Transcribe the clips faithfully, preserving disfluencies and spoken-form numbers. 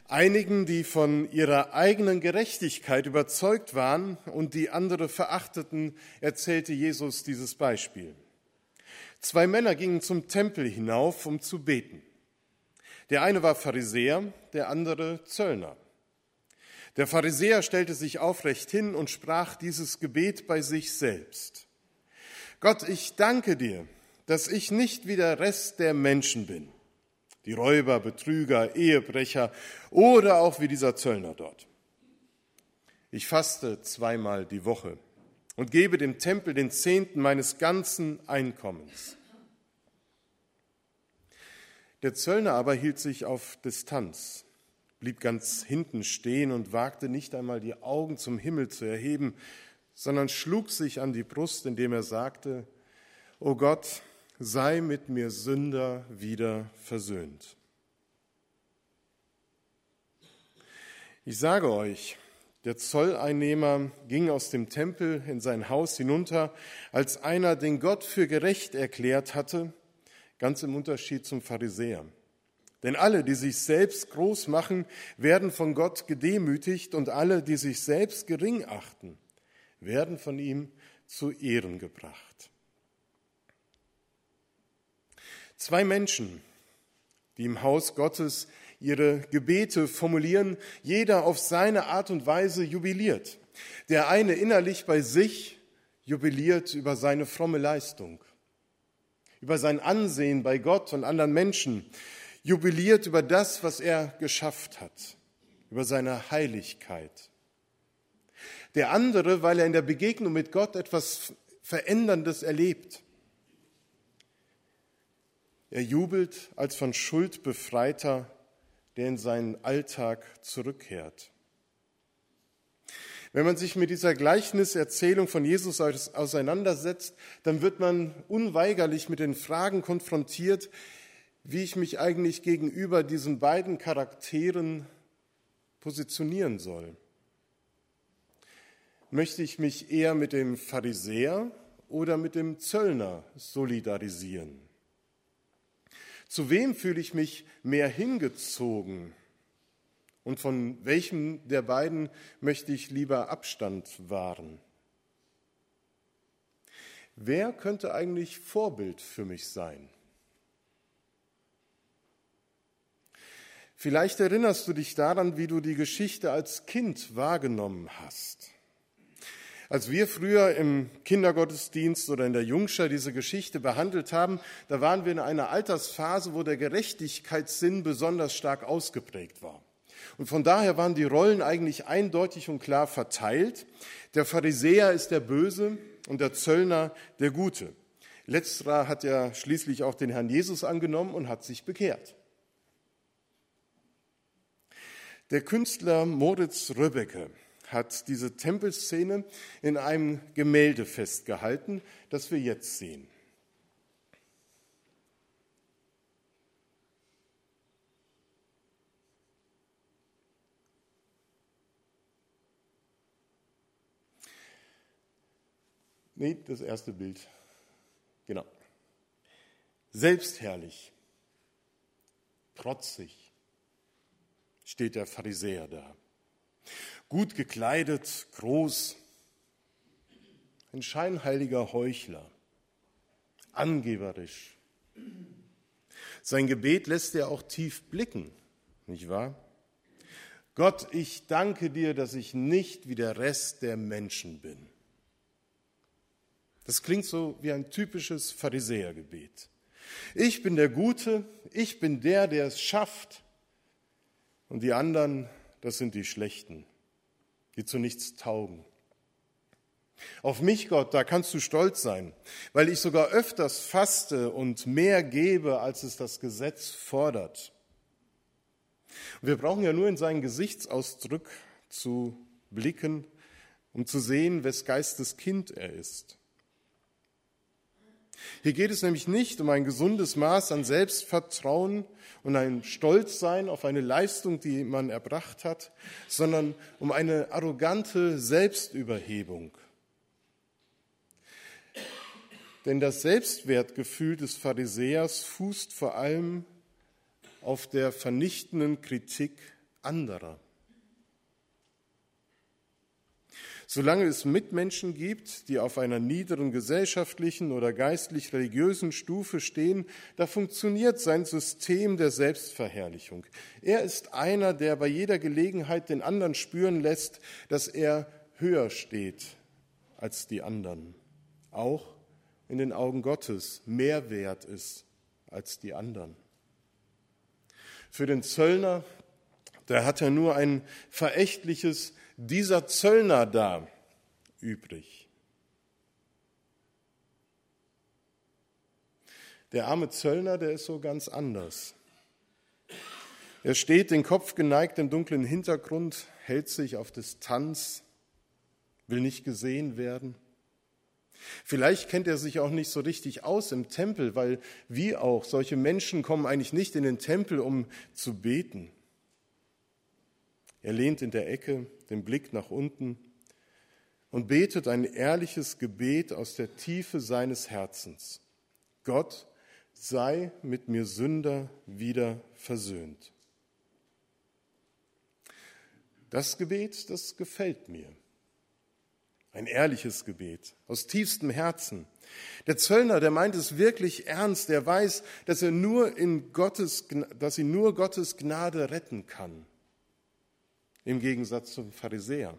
Einigen, die von ihrer eigenen Gerechtigkeit überzeugt waren und die andere verachteten, erzählte Jesus dieses Beispiel. Zwei Männer gingen zum Tempel hinauf, um zu beten. Der eine war Pharisäer, der andere Zöllner. Der Pharisäer stellte sich aufrecht hin und sprach dieses Gebet bei sich selbst. Gott, ich danke dir, dass ich nicht wie der Rest der Menschen bin. Die Räuber, Betrüger, Ehebrecher oder auch wie dieser Zöllner dort. Ich faste zweimal die Woche und gebe dem Tempel den Zehnten meines ganzen Einkommens. Der Zöllner aber hielt sich auf Distanz, blieb ganz hinten stehen und wagte nicht einmal die Augen zum Himmel zu erheben, sondern schlug sich an die Brust, indem er sagte, O Gott, sei mit mir Sünder wieder versöhnt. Ich sage euch, der Zolleinnehmer ging aus dem Tempel in sein Haus hinunter, als einer, den Gott für gerecht erklärt hatte, ganz im Unterschied zum Pharisäer. Denn alle, die sich selbst groß machen, werden von Gott gedemütigt und alle, die sich selbst gering achten, werden von ihm zu Ehren gebracht. Zwei Menschen, die im Haus Gottes ihre Gebete formulieren, jeder auf seine Art und Weise jubiliert. Der eine innerlich bei sich jubiliert über seine fromme Leistung, über sein Ansehen bei Gott und anderen Menschen, jubiliert über das, was er geschafft hat, über seine Heiligkeit. Der andere, weil er in der Begegnung mit Gott etwas Veränderndes erlebt. Er jubelt als von Schuld Befreiter, der in seinen Alltag zurückkehrt. Wenn man sich mit dieser Gleichniserzählung von Jesus auseinandersetzt, dann wird man unweigerlich mit den Fragen konfrontiert, wie ich mich eigentlich gegenüber diesen beiden Charakteren positionieren soll. Möchte ich mich eher mit dem Pharisäer oder mit dem Zöllner solidarisieren? Zu wem fühle ich mich mehr hingezogen? Und von welchem der beiden möchte ich lieber Abstand wahren? Wer könnte eigentlich Vorbild für mich sein? Vielleicht erinnerst du dich daran, wie du die Geschichte als Kind wahrgenommen hast. Als wir früher im Kindergottesdienst oder in der Jungschar diese Geschichte behandelt haben, da waren wir in einer Altersphase, wo der Gerechtigkeitssinn besonders stark ausgeprägt war. Und von daher waren die Rollen eigentlich eindeutig und klar verteilt. Der Pharisäer ist der Böse und der Zöllner der Gute. Letzterer hat ja schließlich auch den Herrn Jesus angenommen und hat sich bekehrt. Der Künstler Moritz Röbbecke hat diese Tempelszene in einem Gemälde festgehalten, das wir jetzt sehen. Nee, das erste Bild. Genau. Selbstherrlich, trotzig steht der Pharisäer da. Gut gekleidet, groß, ein scheinheiliger Heuchler, angeberisch. Sein Gebet lässt er auch tief blicken, nicht wahr? Gott, ich danke dir, dass ich nicht wie der Rest der Menschen bin. Das klingt so wie ein typisches Pharisäergebet. Ich bin der Gute, ich bin der, der es schafft, und die anderen, das sind die Schlechten, die zu nichts taugen. Auf mich, Gott, da kannst du stolz sein, weil ich sogar öfters faste und mehr gebe, als es das Gesetz fordert. Und wir brauchen ja nur in seinen Gesichtsausdruck zu blicken, um zu sehen, wes Geistes Kind er ist. Hier geht es nämlich nicht um ein gesundes Maß an Selbstvertrauen und ein Stolzsein auf eine Leistung, die man erbracht hat, sondern um eine arrogante Selbstüberhebung. Denn das Selbstwertgefühl des Pharisäers fußt vor allem auf der vernichtenden Kritik anderer. Solange es Mitmenschen gibt, die auf einer niederen gesellschaftlichen oder geistlich-religiösen Stufe stehen, da funktioniert sein System der Selbstverherrlichung. Er ist einer, der bei jeder Gelegenheit den anderen spüren lässt, dass er höher steht als die anderen, auch in den Augen Gottes mehr wert ist als die anderen. Für den Zöllner, der hat ja nur ein verächtliches dieser Zöllner da übrig. Der arme Zöllner, der ist so ganz anders. Er steht den Kopf geneigt im dunklen Hintergrund, hält sich auf Distanz, will nicht gesehen werden. Vielleicht kennt er sich auch nicht so richtig aus im Tempel, weil wie auch, solche Menschen kommen eigentlich nicht in den Tempel, um zu beten. Er lehnt in der Ecke, den Blick nach unten und betet ein ehrliches Gebet aus der Tiefe seines Herzens. Gott sei mit mir Sünder wieder versöhnt. Das Gebet, das gefällt mir. Ein ehrliches Gebet aus tiefstem Herzen. Der Zöllner, der meint es wirklich ernst, der weiß, dass er nur in Gottes, dass ihn nur Gottes Gnade retten kann. Im Gegensatz zum Pharisäer.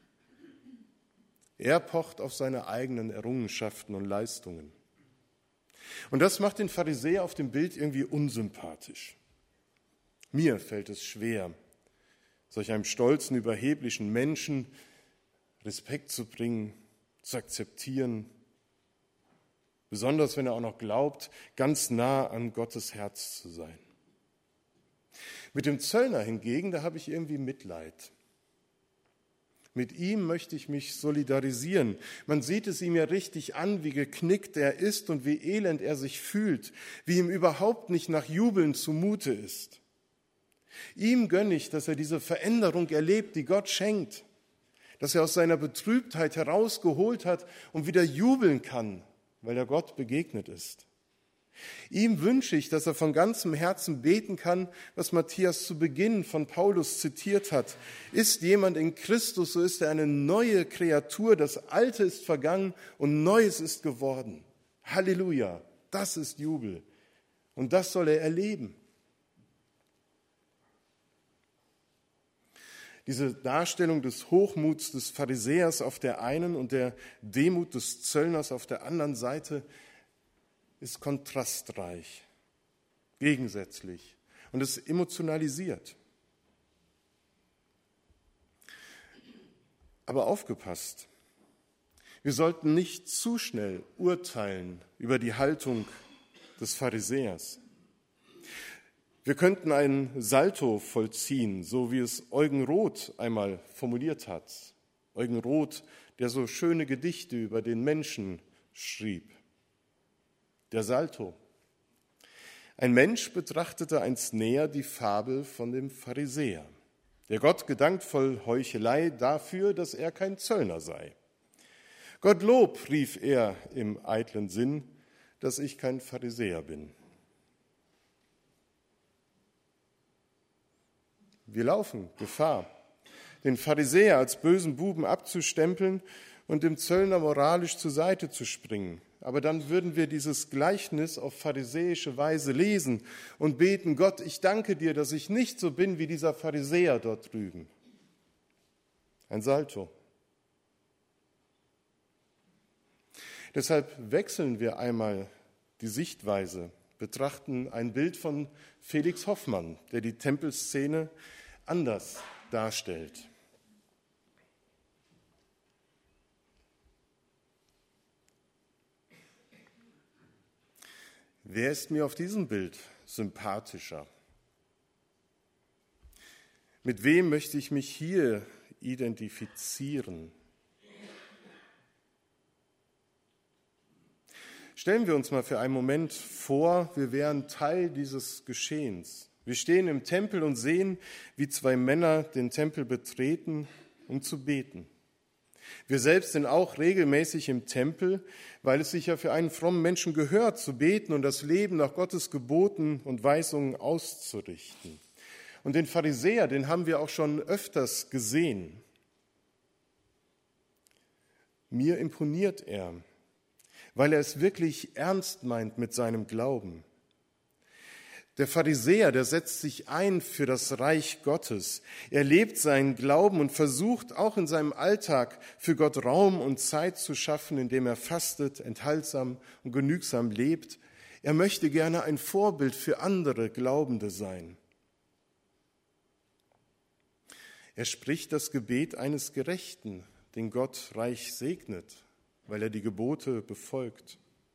Er pocht auf seine eigenen Errungenschaften und Leistungen. Und das macht den Pharisäer auf dem Bild irgendwie unsympathisch. Mir fällt es schwer, solch einem stolzen, überheblichen Menschen Respekt zu bringen, zu akzeptieren, besonders wenn er auch noch glaubt, ganz nah an Gottes Herz zu sein. Mit dem Zöllner hingegen, da habe ich irgendwie Mitleid. Mit ihm möchte ich mich solidarisieren. Man sieht es ihm ja richtig an, wie geknickt er ist und wie elend er sich fühlt, wie ihm überhaupt nicht nach Jubeln zumute ist. Ihm gönne ich, dass er diese Veränderung erlebt, die Gott schenkt, dass er aus seiner Betrübtheit herausgeholt hat und wieder jubeln kann, weil er Gott begegnet ist. Ihm wünsche ich, dass er von ganzem Herzen beten kann, was Matthias zu Beginn von Paulus zitiert hat. Ist jemand in Christus, so ist er eine neue Kreatur. Das Alte ist vergangen und Neues ist geworden. Halleluja, das ist Jubel. Und das soll er erleben. Diese Darstellung des Hochmuts des Pharisäers auf der einen und der Demut des Zöllners auf der anderen Seite ist kontrastreich, gegensätzlich und es emotionalisiert. Aber aufgepasst, wir sollten nicht zu schnell urteilen über die Haltung des Pharisäers. Wir könnten ein Salto vollziehen, so wie es Eugen Roth einmal formuliert hat. Eugen Roth, der so schöne Gedichte über den Menschen schrieb. Der Salto. Ein Mensch betrachtete einst näher die Fabel von dem Pharisäer, der Gott gedankt voll Heuchelei dafür, dass er kein Zöllner sei. Gottlob, rief er im eitlen Sinn, dass ich kein Pharisäer bin. Wir laufen Gefahr, den Pharisäer als bösen Buben abzustempeln und dem Zöllner moralisch zur Seite zu springen. Aber dann würden wir dieses Gleichnis auf pharisäische Weise lesen und beten, Gott, ich danke dir, dass ich nicht so bin wie dieser Pharisäer dort drüben. Ein Salto. Deshalb wechseln wir einmal die Sichtweise, betrachten ein Bild von Felix Hoffmann, der die Tempelszene anders darstellt. Wer ist mir auf diesem Bild sympathischer? Mit wem möchte ich mich hier identifizieren? Stellen wir uns mal für einen Moment vor, wir wären Teil dieses Geschehens. Wir stehen im Tempel und sehen, wie zwei Männer den Tempel betreten, um zu beten. Wir selbst sind auch regelmäßig im Tempel, weil es sich ja für einen frommen Menschen gehört, zu beten und das Leben nach Gottes Geboten und Weisungen auszurichten. Und den Pharisäer, den haben wir auch schon öfters gesehen. Mir imponiert er, weil er es wirklich ernst meint mit seinem Glauben. Der Pharisäer, der setzt sich ein für das Reich Gottes. Er lebt seinen Glauben und versucht auch in seinem Alltag für Gott Raum und Zeit zu schaffen, indem er fastet, enthaltsam und genügsam lebt. Er möchte gerne ein Vorbild für andere Glaubende sein. Er spricht das Gebet eines Gerechten, den Gott reich segnet, weil er die Gebote befolgt.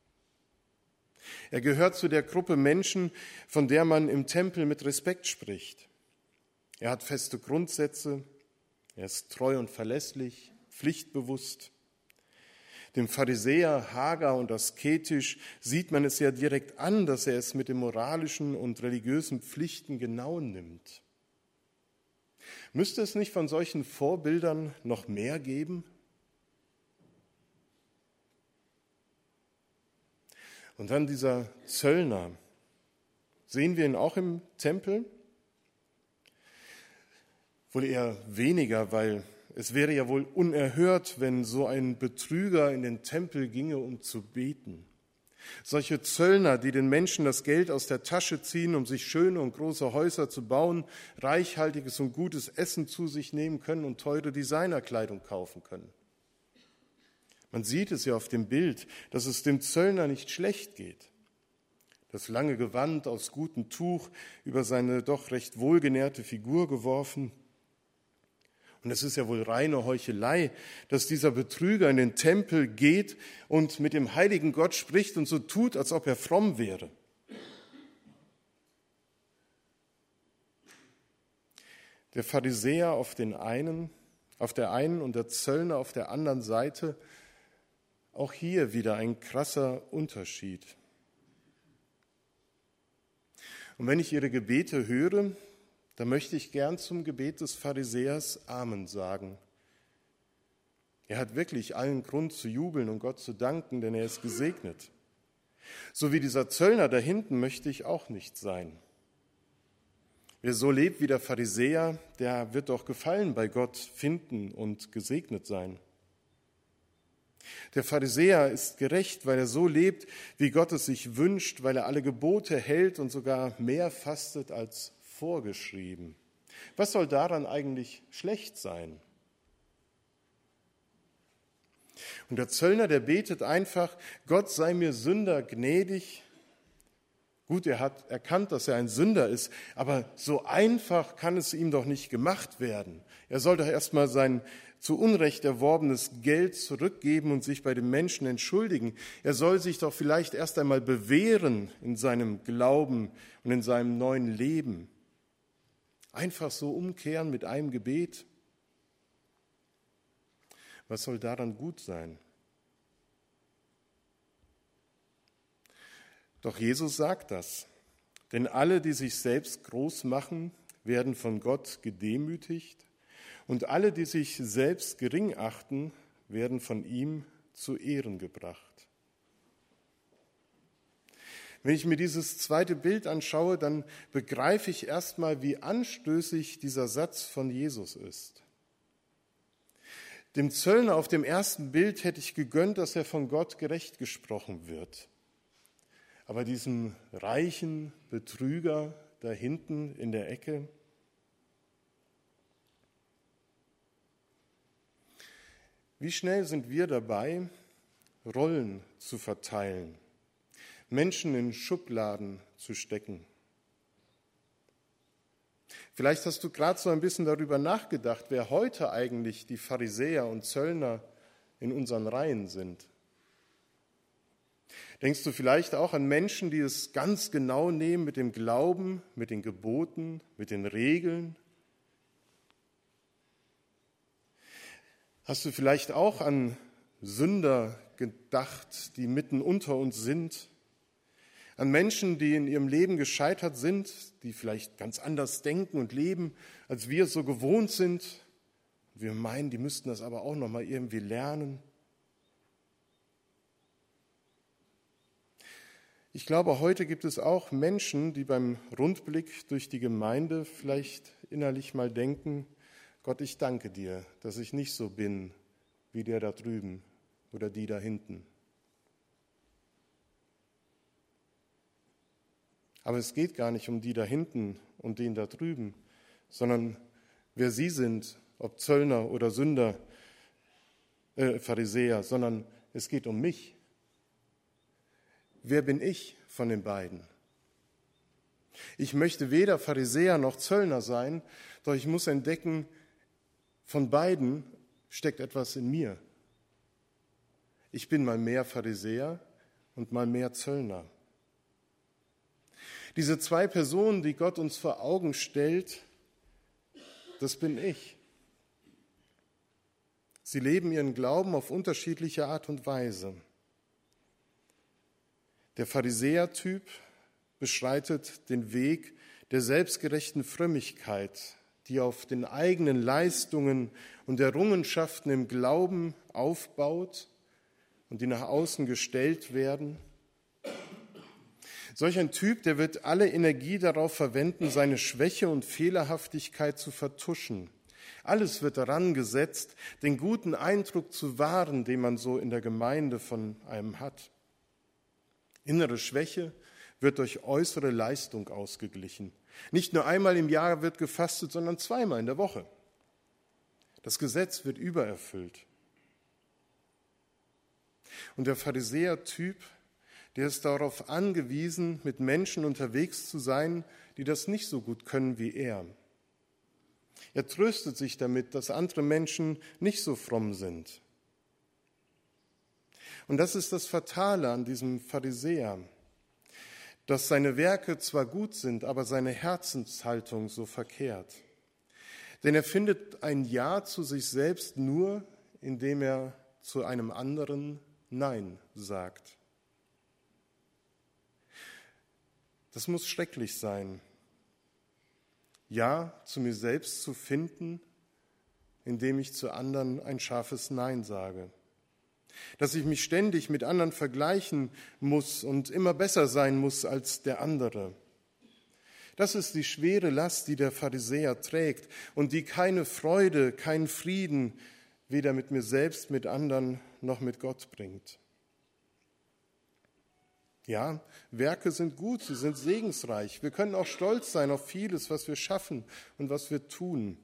Er gehört zu der Gruppe Menschen, von der man im Tempel mit Respekt spricht. Er hat feste Grundsätze, er ist treu und verlässlich, pflichtbewusst. Dem Pharisäer, hager und asketisch, sieht man es ja direkt an, dass er es mit den moralischen und religiösen Pflichten genau nimmt. Müsste es nicht von solchen Vorbildern noch mehr geben? Und dann dieser Zöllner. Sehen wir ihn auch im Tempel? Wohl eher weniger, weil es wäre ja wohl unerhört, wenn so ein Betrüger in den Tempel ginge, um zu beten. Solche Zöllner, die den Menschen das Geld aus der Tasche ziehen, um sich schöne und große Häuser zu bauen, reichhaltiges und gutes Essen zu sich nehmen können und teure Designerkleidung kaufen können. Man sieht es ja auf dem Bild, dass es dem Zöllner nicht schlecht geht. Das lange Gewand aus gutem Tuch über seine doch recht wohlgenährte Figur geworfen. Und es ist ja wohl reine Heuchelei, dass dieser Betrüger in den Tempel geht und mit dem heiligen Gott spricht und so tut, als ob er fromm wäre. Der Pharisäer auf den einen, auf der einen und der Zöllner auf der anderen Seite. Auch hier wieder ein krasser Unterschied. Und wenn ich ihre Gebete höre, dann möchte ich gern zum Gebet des Pharisäers Amen sagen. Er hat wirklich allen Grund zu jubeln und Gott zu danken, denn er ist gesegnet. So wie dieser Zöllner da hinten möchte ich auch nicht sein. Wer so lebt wie der Pharisäer, der wird doch Gefallen bei Gott finden und gesegnet sein. Der Pharisäer ist gerecht, weil er so lebt, wie Gott es sich wünscht, weil er alle Gebote hält und sogar mehr fastet als vorgeschrieben. Was soll daran eigentlich schlecht sein? Und der Zöllner, der betet einfach, Gott sei mir Sünder gnädig. Gut, er hat erkannt, dass er ein Sünder ist, aber so einfach kann es ihm doch nicht gemacht werden. Er soll doch erstmal sein zu Unrecht erworbenes Geld zurückgeben und sich bei den Menschen entschuldigen. Er soll sich doch vielleicht erst einmal bewähren in seinem Glauben und in seinem neuen Leben. Einfach so umkehren mit einem Gebet. Was soll daran gut sein? Doch Jesus sagt das. Denn alle, die sich selbst groß machen, werden von Gott gedemütigt. Und alle, die sich selbst gering achten, werden von ihm zu Ehren gebracht. Wenn ich mir dieses zweite Bild anschaue, dann begreife ich erstmal, wie anstößig dieser Satz von Jesus ist. Dem Zöllner auf dem ersten Bild hätte ich gegönnt, dass er von Gott gerecht gesprochen wird. Aber diesem reichen Betrüger da hinten in der Ecke, wie schnell sind wir dabei, Rollen zu verteilen, Menschen in Schubladen zu stecken? Vielleicht hast du gerade so ein bisschen darüber nachgedacht, wer heute eigentlich die Pharisäer und Zöllner in unseren Reihen sind. Denkst du vielleicht auch an Menschen, die es ganz genau nehmen mit dem Glauben, mit den Geboten, mit den Regeln? Hast du vielleicht auch an Sünder gedacht, die mitten unter uns sind? An Menschen, die in ihrem Leben gescheitert sind, die vielleicht ganz anders denken und leben, als wir es so gewohnt sind. Wir meinen, die müssten das aber auch noch mal irgendwie lernen. Ich glaube, heute gibt es auch Menschen, die beim Rundblick durch die Gemeinde vielleicht innerlich mal denken, Gott, ich danke dir, dass ich nicht so bin wie der da drüben oder die da hinten. Aber es geht gar nicht um die da hinten und den da drüben, sondern wer sie sind, ob Zöllner oder Sünder, äh, Pharisäer, sondern es geht um mich. Wer bin ich von den beiden? Ich möchte weder Pharisäer noch Zöllner sein, doch ich muss entdecken, von beiden steckt etwas in mir. Ich bin mal mehr Pharisäer und mal mehr Zöllner. Diese zwei Personen, die Gott uns vor Augen stellt, das bin ich. Sie leben ihren Glauben auf unterschiedliche Art und Weise. Der Pharisäertyp beschreitet den Weg der selbstgerechten Frömmigkeit, die auf den eigenen Leistungen und Errungenschaften im Glauben aufbaut und die nach außen gestellt werden. Solch ein Typ, der wird alle Energie darauf verwenden, seine Schwäche und Fehlerhaftigkeit zu vertuschen. Alles wird daran gesetzt, den guten Eindruck zu wahren, den man so in der Gemeinde von einem hat. Innere Schwäche wird durch äußere Leistung ausgeglichen. Nicht nur einmal im Jahr wird gefastet, sondern zweimal in der Woche. Das Gesetz wird übererfüllt. Und der Pharisäertyp, der ist darauf angewiesen, mit Menschen unterwegs zu sein, die das nicht so gut können wie er. Er tröstet sich damit, dass andere Menschen nicht so fromm sind. Und das ist das Fatale an diesem Pharisäer, dass seine Werke zwar gut sind, aber seine Herzenshaltung so verkehrt. Denn er findet ein Ja zu sich selbst nur, indem er zu einem anderen Nein sagt. Das muss schrecklich sein, Ja zu mir selbst zu finden, indem ich zu anderen ein scharfes Nein sage. Dass ich mich ständig mit anderen vergleichen muss und immer besser sein muss als der andere. Das ist die schwere Last, die der Pharisäer trägt und die keine Freude, keinen Frieden weder mit mir selbst, mit anderen noch mit Gott bringt. Ja, Werke sind gut, sie sind segensreich. Wir können auch stolz sein auf vieles, was wir schaffen und was wir tun.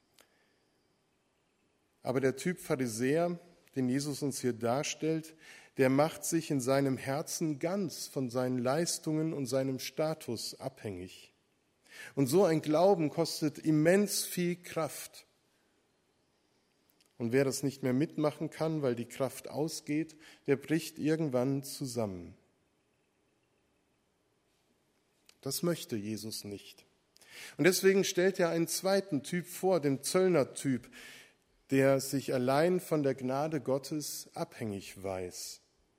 Aber der Typ Pharisäer, den Jesus uns hier darstellt, der macht sich in seinem Herzen ganz von seinen Leistungen und seinem Status abhängig. Und so ein Glauben kostet immens viel Kraft. Und wer das nicht mehr mitmachen kann, weil die Kraft ausgeht, der bricht irgendwann zusammen. Das möchte Jesus nicht. Und deswegen stellt er einen zweiten Typ vor, den Zöllnertyp, der sich allein von der Gnade Gottes abhängig weiß.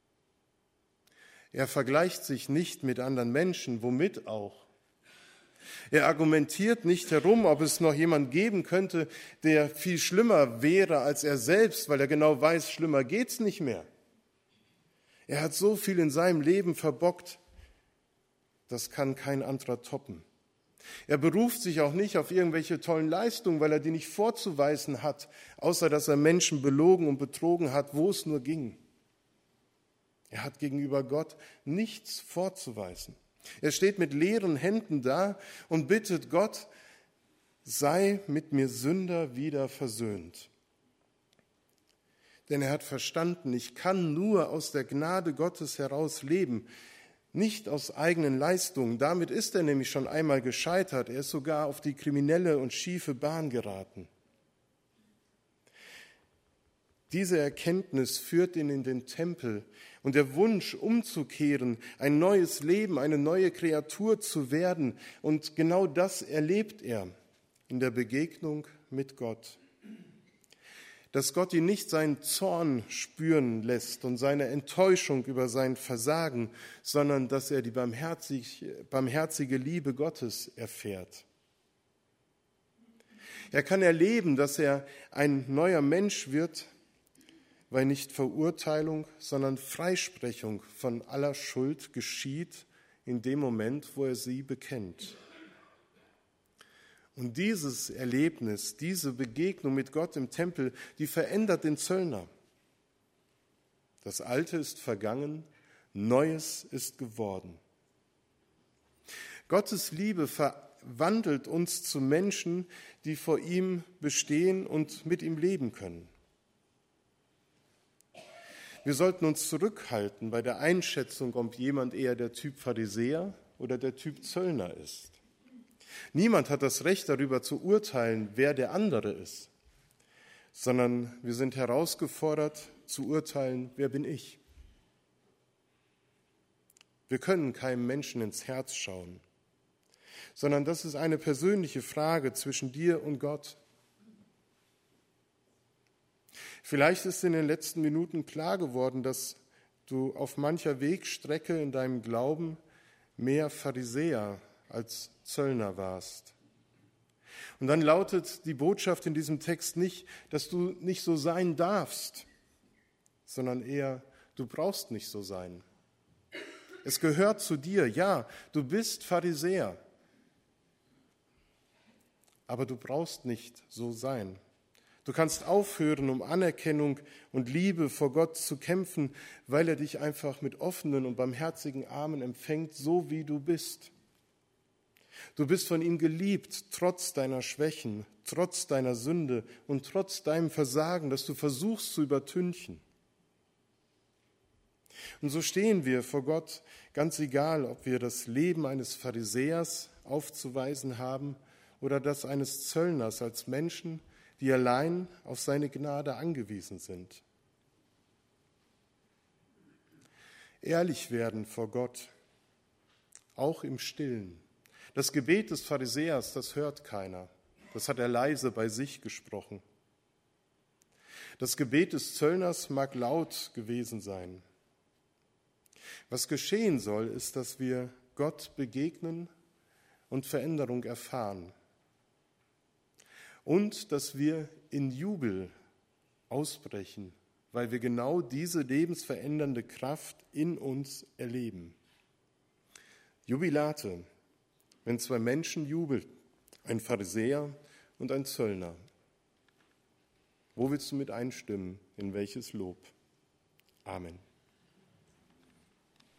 Er vergleicht sich nicht mit anderen Menschen, womit auch. Er argumentiert nicht herum, ob es noch jemand geben könnte, der viel schlimmer wäre als er selbst, weil er genau weiß, schlimmer geht's nicht mehr. Er hat so viel in seinem Leben verbockt, das kann kein anderer toppen. Er beruft sich auch nicht auf irgendwelche tollen Leistungen, weil er die nicht vorzuweisen hat, außer dass er Menschen belogen und betrogen hat, wo es nur ging. Er hat gegenüber Gott nichts vorzuweisen. Er steht mit leeren Händen da und bittet Gott, sei mit mir Sünder wieder versöhnt. Denn er hat verstanden, ich kann nur aus der Gnade Gottes heraus leben, nicht aus eigenen Leistungen. Damit ist er nämlich schon einmal gescheitert. Er ist sogar auf die kriminelle und schiefe Bahn geraten. Diese Erkenntnis führt ihn in den Tempel und der Wunsch umzukehren, ein neues Leben, eine neue Kreatur zu werden. Und genau das erlebt er in der Begegnung mit Gott. Dass Gott ihn nicht seinen Zorn spüren lässt und seine Enttäuschung über sein Versagen, sondern dass er die barmherzig, barmherzige Liebe Gottes erfährt. Er kann erleben, dass er ein neuer Mensch wird, weil nicht Verurteilung, sondern Freisprechung von aller Schuld geschieht in dem Moment, wo er sie bekennt. Und dieses Erlebnis, diese Begegnung mit Gott im Tempel, die verändert den Zöllner. Das Alte ist vergangen, Neues ist geworden. Gottes Liebe verwandelt uns zu Menschen, die vor ihm bestehen und mit ihm leben können. Wir sollten uns zurückhalten bei der Einschätzung, ob jemand eher der Typ Pharisäer oder der Typ Zöllner ist. Niemand hat das Recht, darüber zu urteilen, wer der andere ist, sondern wir sind herausgefordert, zu urteilen, wer bin ich. Wir können keinem Menschen ins Herz schauen, sondern das ist eine persönliche Frage zwischen dir und Gott. Vielleicht ist in den letzten Minuten klar geworden, dass du auf mancher Wegstrecke in deinem Glauben mehr Pharisäer als Zöllner warst. Und dann lautet die Botschaft in diesem Text nicht, dass du nicht so sein darfst, sondern eher, du brauchst nicht so sein. Es gehört zu dir, ja, du bist Pharisäer, aber du brauchst nicht so sein. Du kannst aufhören, um Anerkennung und Liebe vor Gott zu kämpfen, weil er dich einfach mit offenen und barmherzigen Armen empfängt, so wie du bist. Du bist von ihm geliebt, trotz deiner Schwächen, trotz deiner Sünde und trotz deinem Versagen, das du versuchst zu übertünchen. Und so stehen wir vor Gott, ganz egal, ob wir das Leben eines Pharisäers aufzuweisen haben oder das eines Zöllners als Menschen, die allein auf seine Gnade angewiesen sind. Ehrlich werden vor Gott, auch im Stillen. Das Gebet des Pharisäers, das hört keiner. Das hat er leise bei sich gesprochen. Das Gebet des Zöllners mag laut gewesen sein. Was geschehen soll, ist, dass wir Gott begegnen und Veränderung erfahren. Und dass wir in Jubel ausbrechen, weil wir genau diese lebensverändernde Kraft in uns erleben. Jubilate, wenn zwei Menschen jubeln, ein Pharisäer und ein Zöllner. Wo willst du mit einstimmen? In welches Lob? Amen.